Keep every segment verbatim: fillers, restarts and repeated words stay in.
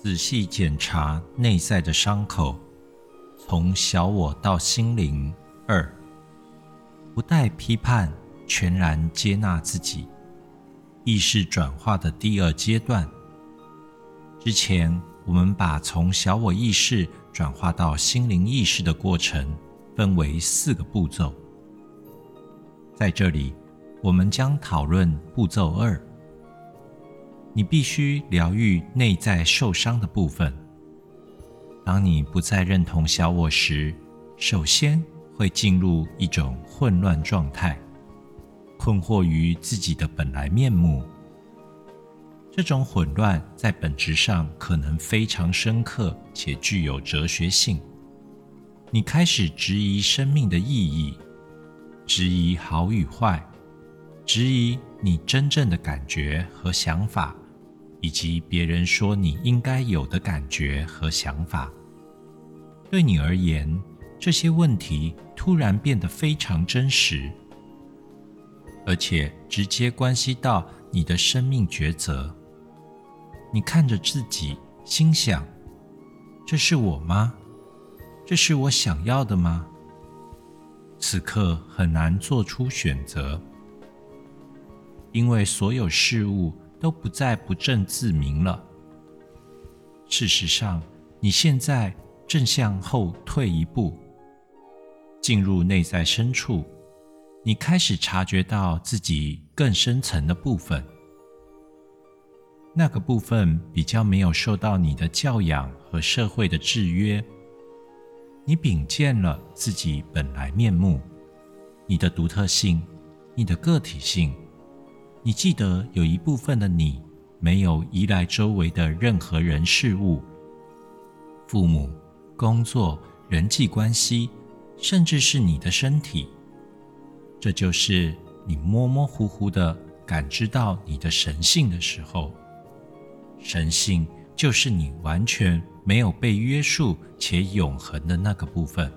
仔细检查内在的伤口，从小我到心灵。二，不带批判，全然接纳自己。意识转化的第二阶段。之前我们把从小我意识转化到心灵意识的过程分为四个步骤。在这里，我们将讨论步骤二。你必须疗愈内在受伤的部分。当你不再认同小我时，首先会进入一种混乱状态，困惑于自己的本来面目。这种混乱在本质上可能非常深刻且具有哲学性。你开始质疑生命的意义，质疑好与坏，质疑你真正的感觉和想法，以及别人说你应该有的感觉和想法。对你而言，这些问题突然变得非常真实，而且直接关系到你的生命抉择。你看着自己，心想：这是我吗？这是我想要的吗？此刻很难做出选择，因为所有事物都不再不证自明了。事实上，你现在正向后退一步，进入内在深处，你开始察觉到自己更深层的部分。那个部分比较没有受到你的教养和社会的制约。你稟见了自己本来面目，你的独特性，你的个体性。你记得有一部分的你没有依赖周围的任何人事物，父母、工作、人际关系，甚至是你的身体。这就是你模模糊糊地感知到你的神性的时候。神性就是你完全没有被约束且永恒的那个部分。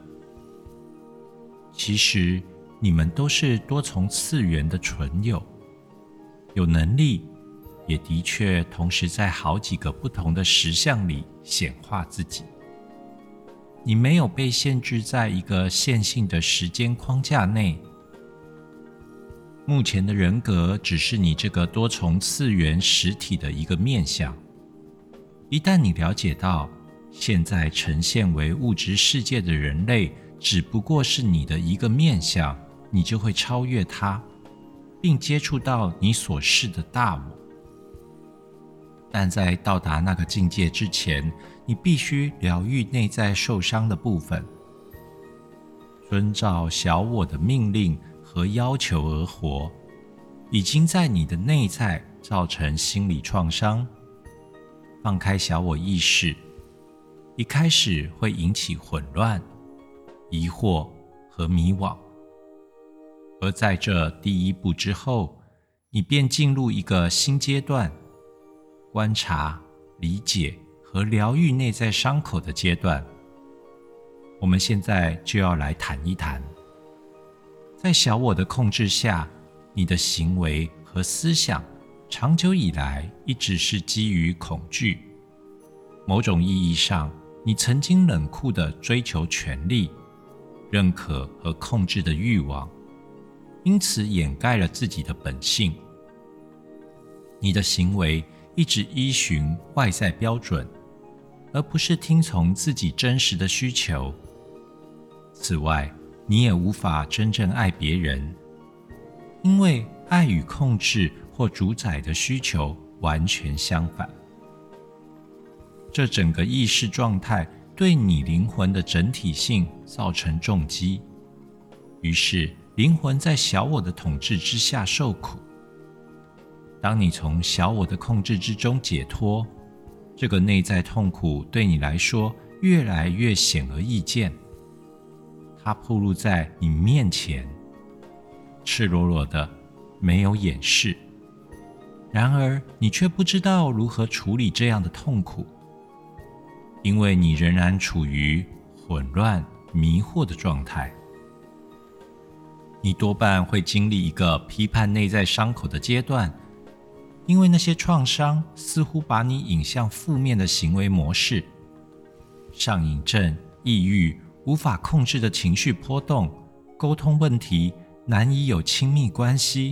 其实你们都是多重次元的存有，有能力，也的确同时在好几个不同的实相里显化自己。你没有被限制在一个线性的时间框架内。目前的人格只是你这个多重次元实体的一个面向。一旦你了解到现在呈现为物质世界的人类只不过是你的一个面向，你就会超越它，并接触到你所示的大我。但在到达那个境界之前，你必须疗愈内在受伤的部分，遵照小我的命令和要求而活，已经在你的内在造成心理创伤。放开小我意识，一开始会引起混乱、疑惑和迷惘，而在这第一步之后，你便进入一个新阶段，观察、理解和疗愈内在伤口的阶段。我们现在就要来谈一谈，在小我的控制下，你的行为和思想长久以来一直是基于恐惧。某种意义上，你曾经冷酷地追求权力、认可和控制的欲望，因此掩盖了自己的本性。你的行为一直依循外在标准，而不是听从自己真实的需求。此外，你也无法真正爱别人，因为爱与控制或主宰的需求完全相反。这整个意识状态对你灵魂的整体性造成重击，于是灵魂在小我的统治之下受苦。当你从小我的控制之中解脱，这个内在痛苦对你来说越来越显而易见，它暴露在你面前，赤裸裸的，没有掩饰。然而你却不知道如何处理这样的痛苦，因为你仍然处于混乱、迷惑的状态。你多半会经历一个批判内在伤口的阶段， 因为那些创伤似乎把你引向负面的行为模式，上瘾症、抑郁、无法控制的情绪波动、沟通问题，难以有亲密关系。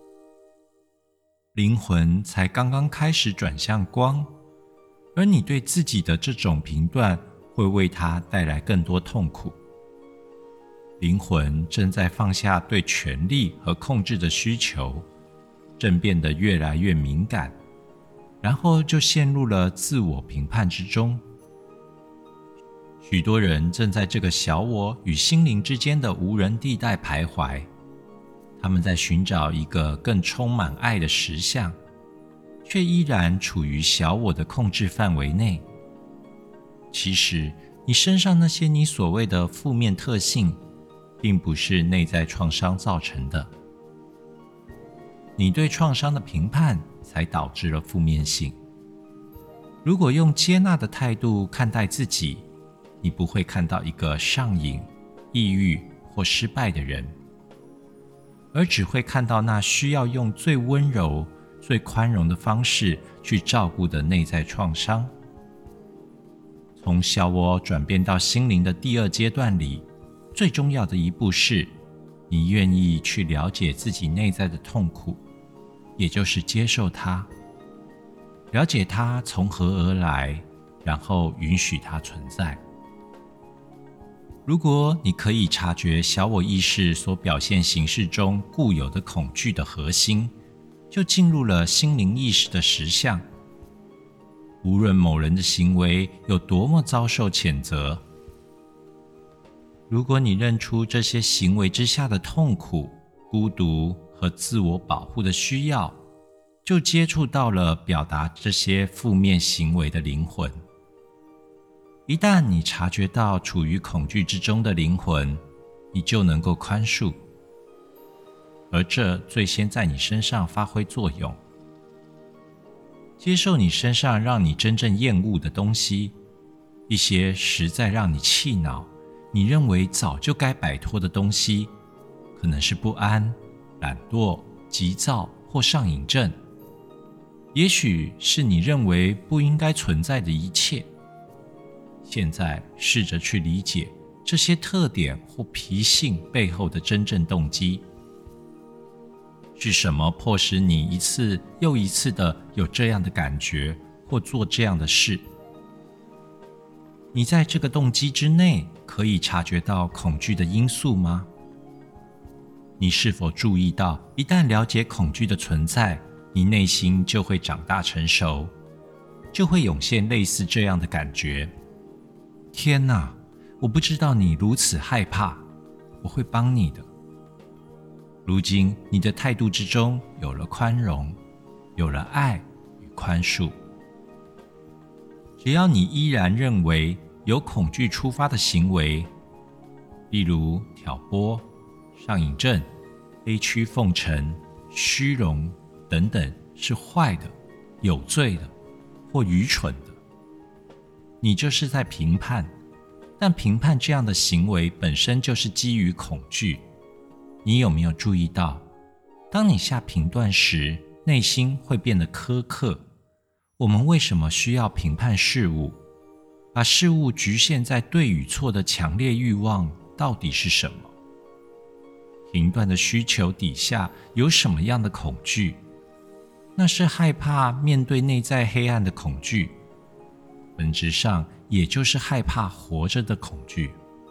灵魂才刚刚开始转向光，而你对自己的这种评断会为它带来更多痛苦。灵魂正在放下对权力和控制的需求，正变得越来越敏感，然后就陷入了自我评判之中。许多人正在这个小我与心灵之间的无人地带徘徊，他们在寻找一个更充满爱的实相，却依然处于小我的控制范围内。其实，你身上那些你所谓的负面特性，并不是内在创伤造成的。你对创伤的评判才导致了负面性。如果用接纳的态度看待自己，你不会看到一个上瘾、抑郁或失败的人，而只会看到那需要用最温柔、最宽容的方式去照顾的内在创伤。从小我转变到心灵的第二阶段里，最重要的一步是，你愿意去了解自己内在的痛苦，也就是接受它，了解它从何而来，然后允许它存在。如果你可以察觉小我意识所表现形式中固有的恐惧的核心，就进入了心灵意识的实相。无论某人的行为有多么遭受谴责，如果你认出这些行为之下的痛苦、孤独和自我保护的需要，就接触到了表达这些负面行为的灵魂。一旦你察觉到处于恐惧之中的灵魂，你就能够宽恕，而这最先在你身上发挥作用。接受你身上让你真正厌恶的东西，一些实在让你气恼，你认为早就该摆脱的东西，可能是不安、懒惰、急躁或上瘾症，也许是你认为不应该存在的一切。现在试着去理解这些特点或脾性背后的真正动机。是什么迫使你一次又一次的有这样的感觉或做这样的事？你在这个动机之内可以察觉到恐惧的因素吗？你是否注意到，一旦了解恐惧的存在，你内心就会长大成熟，就会涌现类似这样的感觉。天哪，我不知道你如此害怕，我会帮你的。如今你的态度之中有了宽容，有了爱与宽恕。只要你依然认为由恐惧出发的行为，例如挑拨、上瘾症、卑屈奉承、虚荣等等是坏的、有罪的或愚蠢的，你就是在评判，但评判这样的行为本身就是基于恐惧。你有没有注意到，当你下评断时，内心会变得苛刻？我们为什么需要评判事物？把事物局限在对与错的强烈欲望到底是什么？评断的需求底下有什么样的恐惧？那是害怕面对内在黑暗的恐惧，本质上也就是害怕活着的恐惧。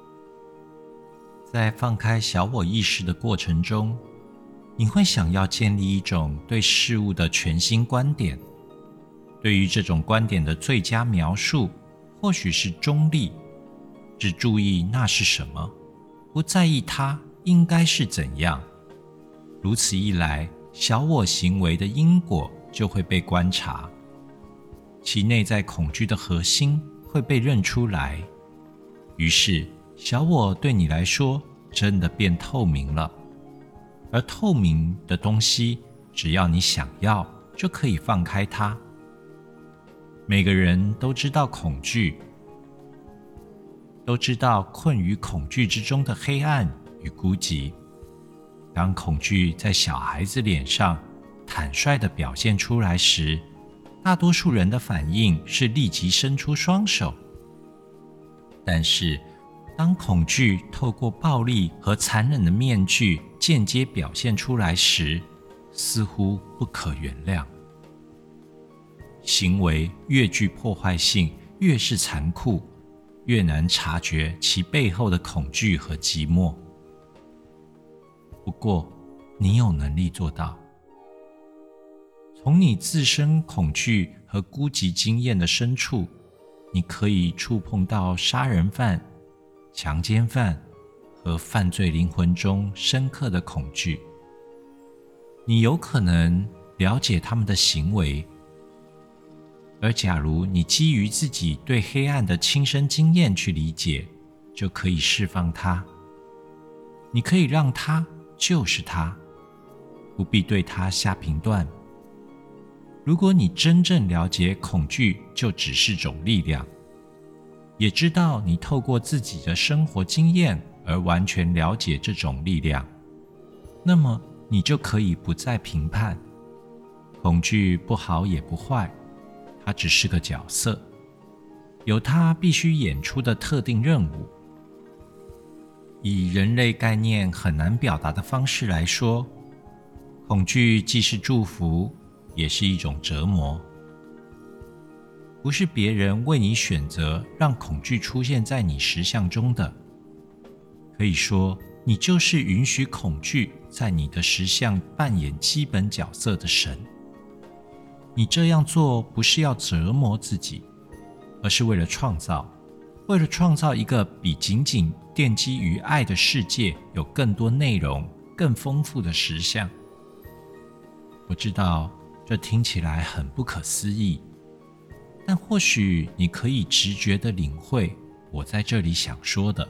在放开小我意识的过程中，你会想要建立一种对事物的全新观点。对于这种观点的最佳描述，或许是中立，只注意那是什么，不在意它应该是怎样。如此一来，小我行为的因果就会被观察，其内在恐惧的核心会被认出来，于是小我对你来说真的变透明了。而透明的东西，只要你想要，就可以放开它。每个人都知道恐惧，都知道困于恐惧之中的黑暗与孤寂。当恐惧在小孩子脸上坦率地表现出来时，大多数人的反应是立即伸出双手。但是，当恐惧透过暴力和残忍的面具间接表现出来时，似乎不可原谅。行为越具破坏性，越是残酷，越难察觉其背后的恐惧和寂寞。不过，你有能力做到。从你自身恐惧和孤寂经验的深处，你可以触碰到杀人犯、强奸犯和犯罪灵魂中深刻的恐惧。你有可能了解他们的行为，而假如你基于自己对黑暗的亲身经验去理解，就可以释放它。你可以让它就是它，不必对它下评断。如果你真正了解恐惧就只是种力量，也知道你透过自己的生活经验而完全了解这种力量，那么你就可以不再评判。恐惧不好也不坏，它只是个角色，有它必须演出的特定任务。以人类概念很难表达的方式来说，恐惧既是祝福，也是一种折磨。不是别人为你选择让恐惧出现在你实相中的，可以说，你就是允许恐惧在你的实相扮演基本角色的神。你这样做不是要折磨自己，而是为了创造，为了创造一个比仅仅奠基于爱的世界有更多内容、更丰富的实相。我知道这听起来很不可思议，但或许你可以直觉地领会我在这里想说的。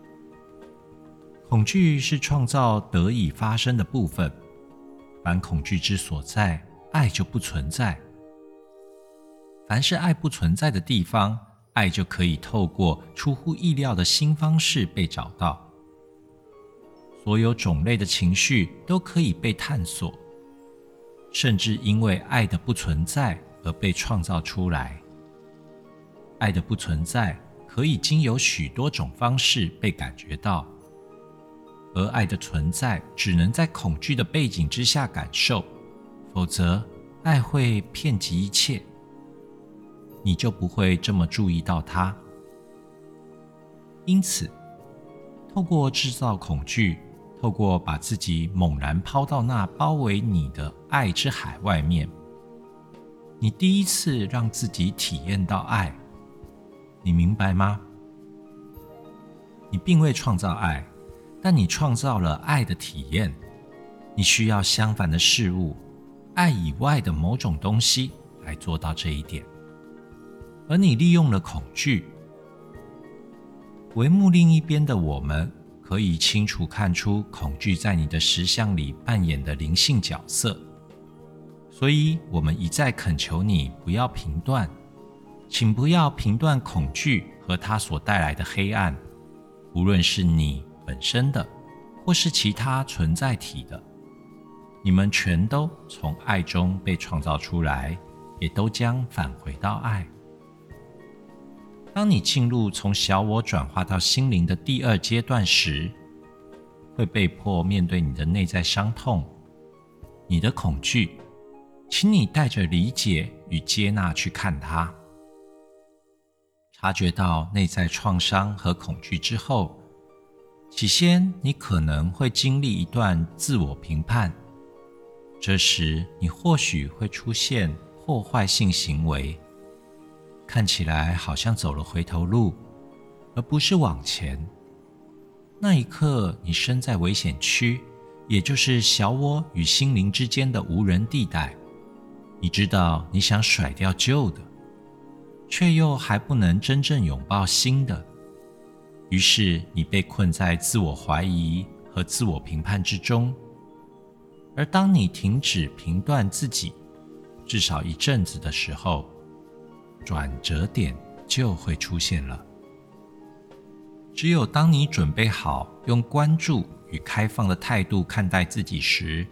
恐惧是创造得以发生的部分，凡恐惧之所在，爱就不存在。凡是爱不存在的地方，爱就可以透过出乎意料的新方式被找到。所有种类的情绪都可以被探索，甚至因为爱的不存在而被创造出来。爱的不存在可以经由许多种方式被感觉到，而爱的存在只能在恐惧的背景之下感受，否则爱会遍及一切，你就不会这么注意到它。因此，透过制造恐惧，透过把自己猛然抛到那包围你的爱之海外面，你第一次让自己体验到爱。你明白吗？你并未创造爱，但你创造了爱的体验。你需要相反的事物，爱以外的某种东西来做到这一点，而你利用了恐惧。帷幕另一边的我们可以清楚看出恐惧在你的实相里扮演的灵性角色，所以我们一再恳求你不要评断，请不要评断恐惧和它所带来的黑暗，无论是你本身的，或是其他存在体的，你们全都从爱中被创造出来，也都将返回到爱。当你进入从小我转化到心灵的第二阶段时，会被迫面对你的内在伤痛，你的恐惧，请你带着理解与接纳去看它。察觉到内在创伤和恐惧之后，起先你可能会经历一段自我评判，这时你或许会出现破坏性行为，看起来好像走了回头路，而不是往前。那一刻，你身在危险区，也就是小我与心灵之间的无人地带。你知道你想甩掉旧的，却又还不能真正拥抱新的，于是你被困在自我怀疑和自我评判之中。而当你停止评断自己，至少一阵子的时候，转折点就会出现了。只有当你准备好用关注与开放的态度看待自己时，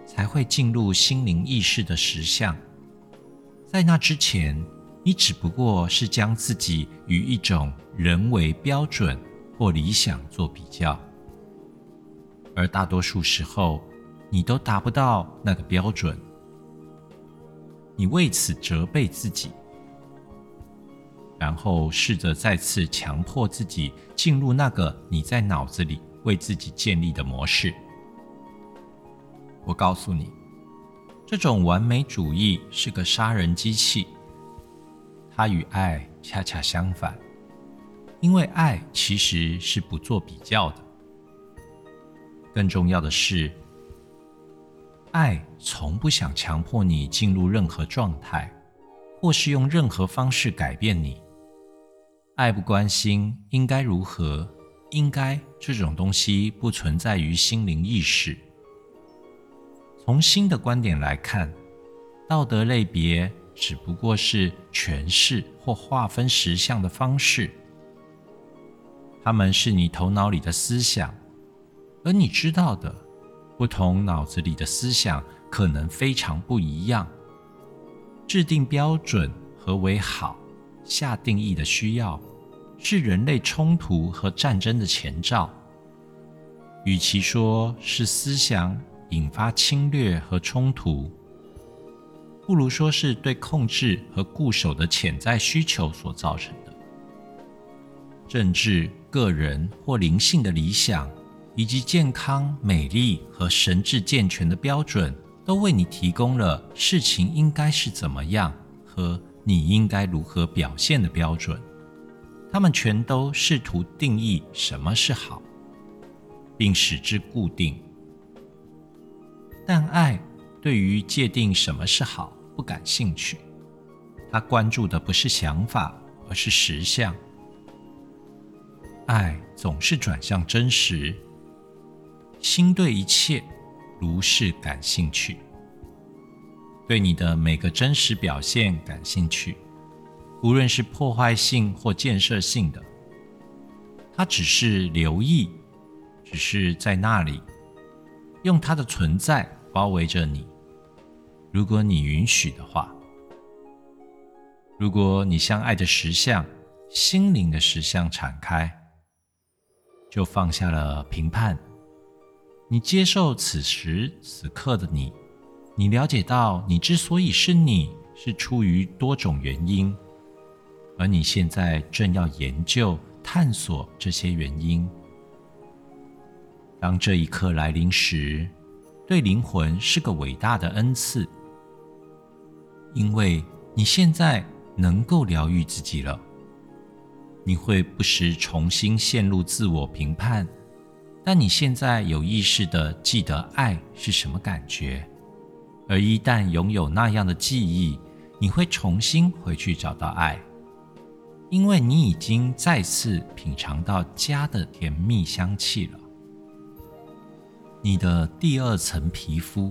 才会进入心灵意识的实相。在那之前，你只不过是将自己与一种人为标准或理想做比较，而大多数时候，你都达不到那个标准。你为此责备自己，然后试着再次强迫自己进入那个你在脑子里为自己建立的模式。我告诉你，这种完美主义是个杀人机器，它与爱恰恰相反，因为爱其实是不做比较的。更重要的是，爱从不想强迫你进入任何状态，或是用任何方式改变你。爱不关心应该如何，应该这种东西不存在于心灵意识。从新的观点来看，道德类别只不过是诠释或划分实相的方式，它们是你头脑里的思想，而你知道的，不同脑子里的思想可能非常不一样。制定标准何为好，下定义的需要，是人类冲突和战争的前兆。与其说是思想引发侵略和冲突，不如说是对控制和固守的潜在需求所造成的。政治、个人或灵性的理想，以及健康、美丽和神智健全的标准，都为你提供了事情应该是怎么样和你应该如何表现的标准。它们全都试图定义什么是好，并使之固定。但爱对于界定什么是好不感兴趣，它关注的不是想法，而是实相。爱总是转向真实，心对一切如是感兴趣，对你的每个真实表现感兴趣，无论是破坏性或建设性的。它只是留意，只是在那里，用它的存在包围着你，如果你允许的话。如果你向爱的实相、心灵的实相敞开，就放下了评判，你接受此时此刻的你，你了解到你之所以是你，是出于多种原因，而你现在正要研究、探索这些原因。当这一刻来临时，对灵魂是个伟大的恩赐，因为你现在能够疗愈自己了。你会不时重新陷入自我评判，但你现在有意识地记得爱是什么感觉，而一旦拥有那样的记忆，你会重新回去找到爱，因为你已经再次品尝到家的甜蜜香气了。你的第二层皮肤，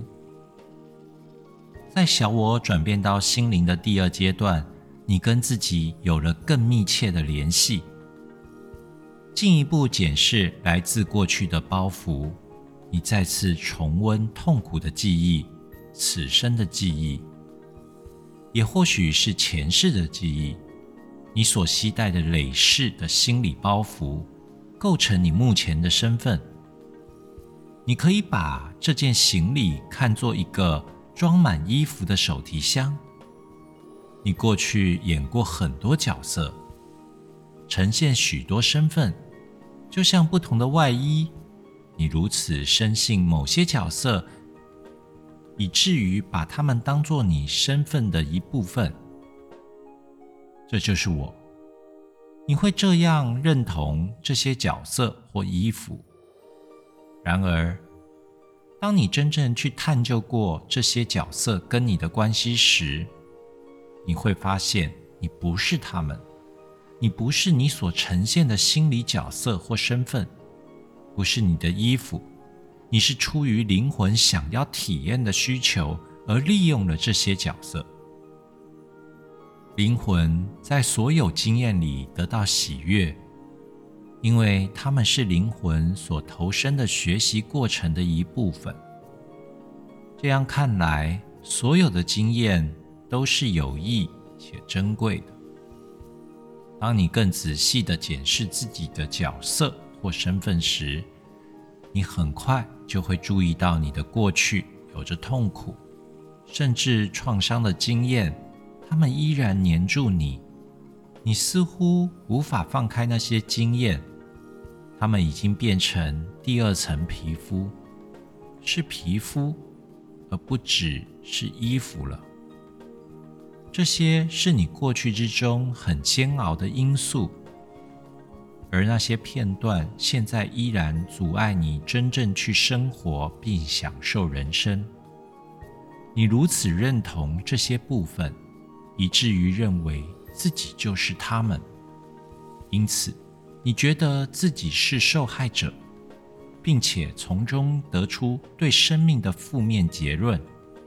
在小我转变到心灵的第二阶段，你跟自己有了更密切的联系，进一步检视来自过去的包袱，你再次重温痛苦的记忆，此生的记忆，也或许是前世的记忆。你所携带的累世的心理包袱，构成你目前的身份。你可以把这件行李看作一个装满衣服的手提箱。你过去演过很多角色，呈现许多身份，就像不同的外衣，你如此深信某些角色，以至于把它们当作你身份的一部分。这就是我。你会这样认同这些角色或衣服。然而，当你真正去探究过这些角色跟你的关系时，你会发现你不是他们，你不是你所呈现的心理角色或身份，不是你的衣服，你是出于灵魂想要体验的需求而利用了这些角色。灵魂在所有经验里得到喜悦，因为它们是灵魂所投身的学习过程的一部分。 这样看来，所有的经验都是有益且珍贵的。当你更仔细地检视自己的角色或身份时，你很快就会注意到你的过去有着痛苦，甚至创伤的经验，它们依然黏住你。你似乎无法放开那些经验，它们已经变成第二层皮肤，是皮肤，而不只是衣服了。这些是你过去之中很煎熬的因素，而那些片段现在依然阻碍你真正去生活并享受人生。你如此认同这些部分，以至于认为自己就是他们，因此你觉得自己是受害者，并且从中得出对生命的负面结论。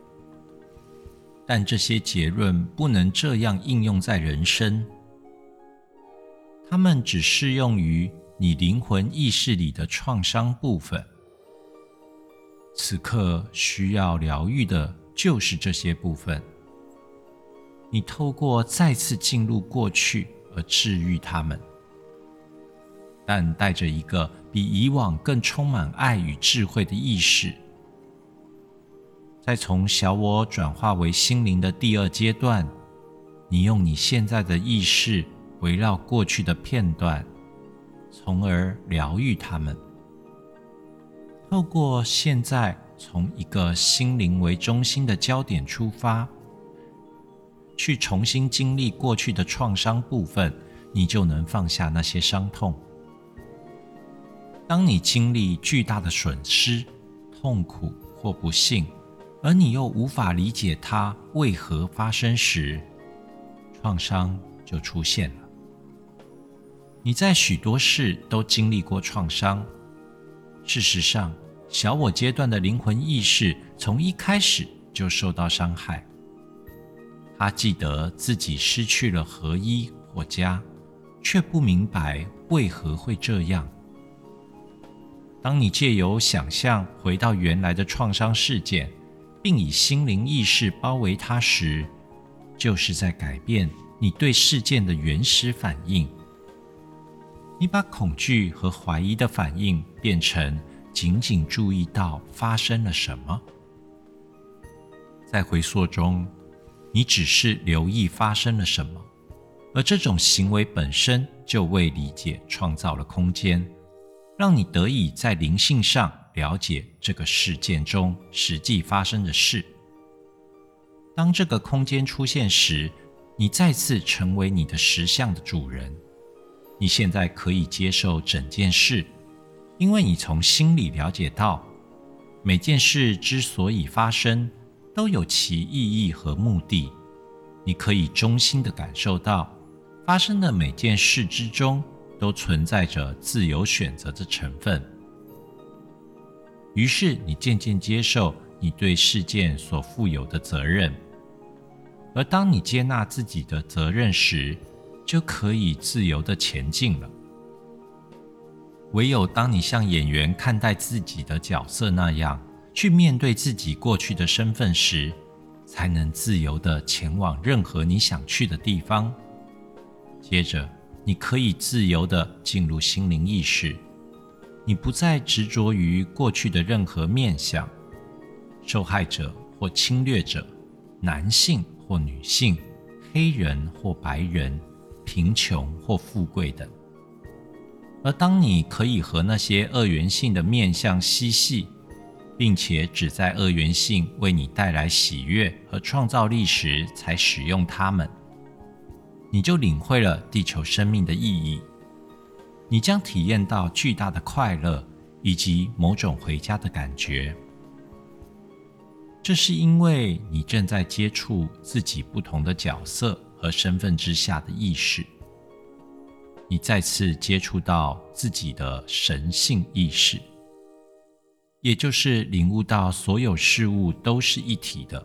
但这些结论不能这样应用在人生，它们只适用于你灵魂意识里的创伤部分。此刻需要疗愈的就是这些部分。你透过再次进入过去而治愈它们，但带着一个比以往更充满爱与智慧的意识。在从小我转化为心灵的第二阶段，你用你现在的意识围绕过去的片段，从而疗愈它们。透过现在从一个心灵为中心的焦点出发，去重新经历过去的创伤部分，你就能放下那些伤痛。当你经历巨大的损失、痛苦或不幸，而你又无法理解它为何发生时，创伤就出现了。你在许多事都经历过创伤。事实上，小我阶段的灵魂意识从一开始就受到伤害。他记得自己失去了合一或家，却不明白为何会这样。当你借由想象回到原来的创伤事件，并以心灵意识包围它时，就是在改变你对事件的原始反应。你把恐惧和怀疑的反应变成仅仅注意到发生了什么。在回溯中，你只是留意发生了什么，而这种行为本身就为理解创造了空间，让你得以在灵性上了解这个事件中实际发生的事。当这个空间出现时，你再次成为你的实相的主人。你现在可以接受整件事，因为你从心里了解到，每件事之所以发生，都有其意义和目的。你可以衷心地感受到，发生的每件事之中都存在着自由选择的成分。于是你渐渐接受你对事件所负有的责任，而当你接纳自己的责任时，就可以自由地前进了。唯有当你像演员看待自己的角色那样去面对自己过去的身份时，才能自由地前往任何你想去的地方。接着，你可以自由地进入心灵意识，你不再执着于过去的任何面向，受害者或侵略者，男性或女性，黑人或白人，贫穷或富贵等。而当你可以和那些二元性的面向嬉戏，并且只在二元性为你带来喜悦和创造力时才使用它们，你就领会了地球生命的意义。你将体验到巨大的快乐以及某种回家的感觉。这是因为你正在接触自己不同的角色和身份之下的意识。你再次接触到自己的神性意识，也就是领悟到所有事物都是一体的。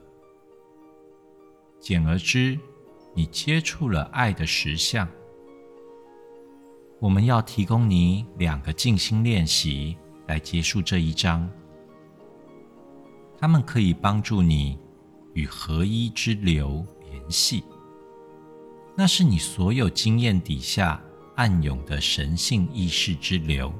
简而之，你接触了爱的实相。我们要提供你两个静心练习来结束这一章。 它们可以帮助你与合一之流联系，那是你所有经验底下暗涌的神性意识之流。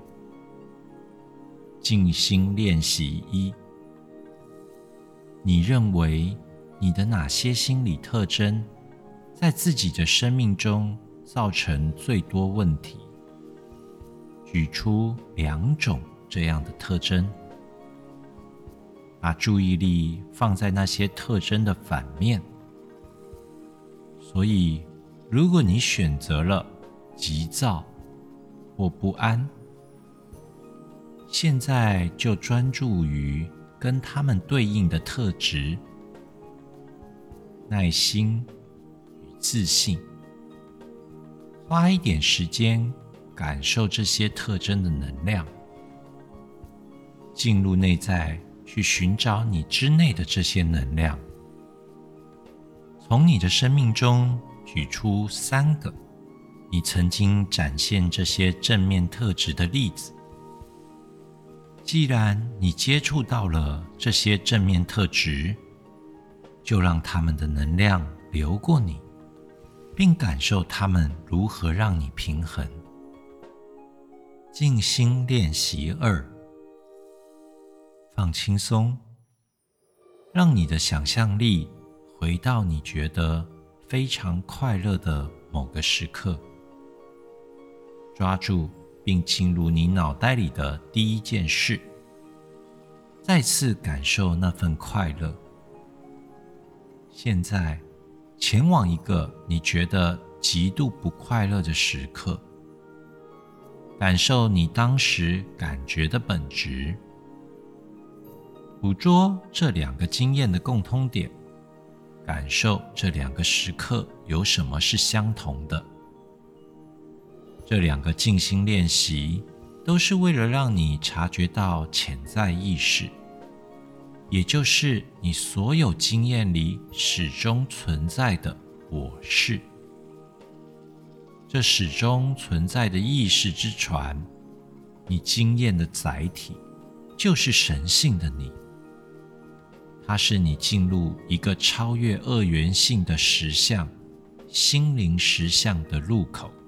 静心练习一，你认为你的哪些心理特征在自己的生命中造成最多问题？举出两种这样的特征，把注意力放在那些特征的反面。所以，如果你选择了急躁或不安，现在就专注于跟他们对应的特质：耐心与自信。花一点时间感受这些特征的能量，进入内在去寻找你之内的这些能量。从你的生命中举出三个你曾经展现这些正面特质的例子。既然你接触到了这些正面特质，就让他们的能量流过你，并感受他们如何让你平衡。静心练习二，放轻松，让你的想象力回到你觉得非常快乐的某个时刻，抓住并进入你脑袋里的第一件事，再次感受那份快乐。现在前往一个你觉得极度不快乐的时刻，感受你当时感觉的本质，捕捉这两个经验的共通点，感受这两个时刻有什么是相同的。这两个静心练习都是为了让你察觉到潜在意识，也就是你所有经验里始终存在的我是。这始终存在的意识之船，你经验的载体，就是神性的你。它是你进入一个超越二元性的实相、心灵实相的入口。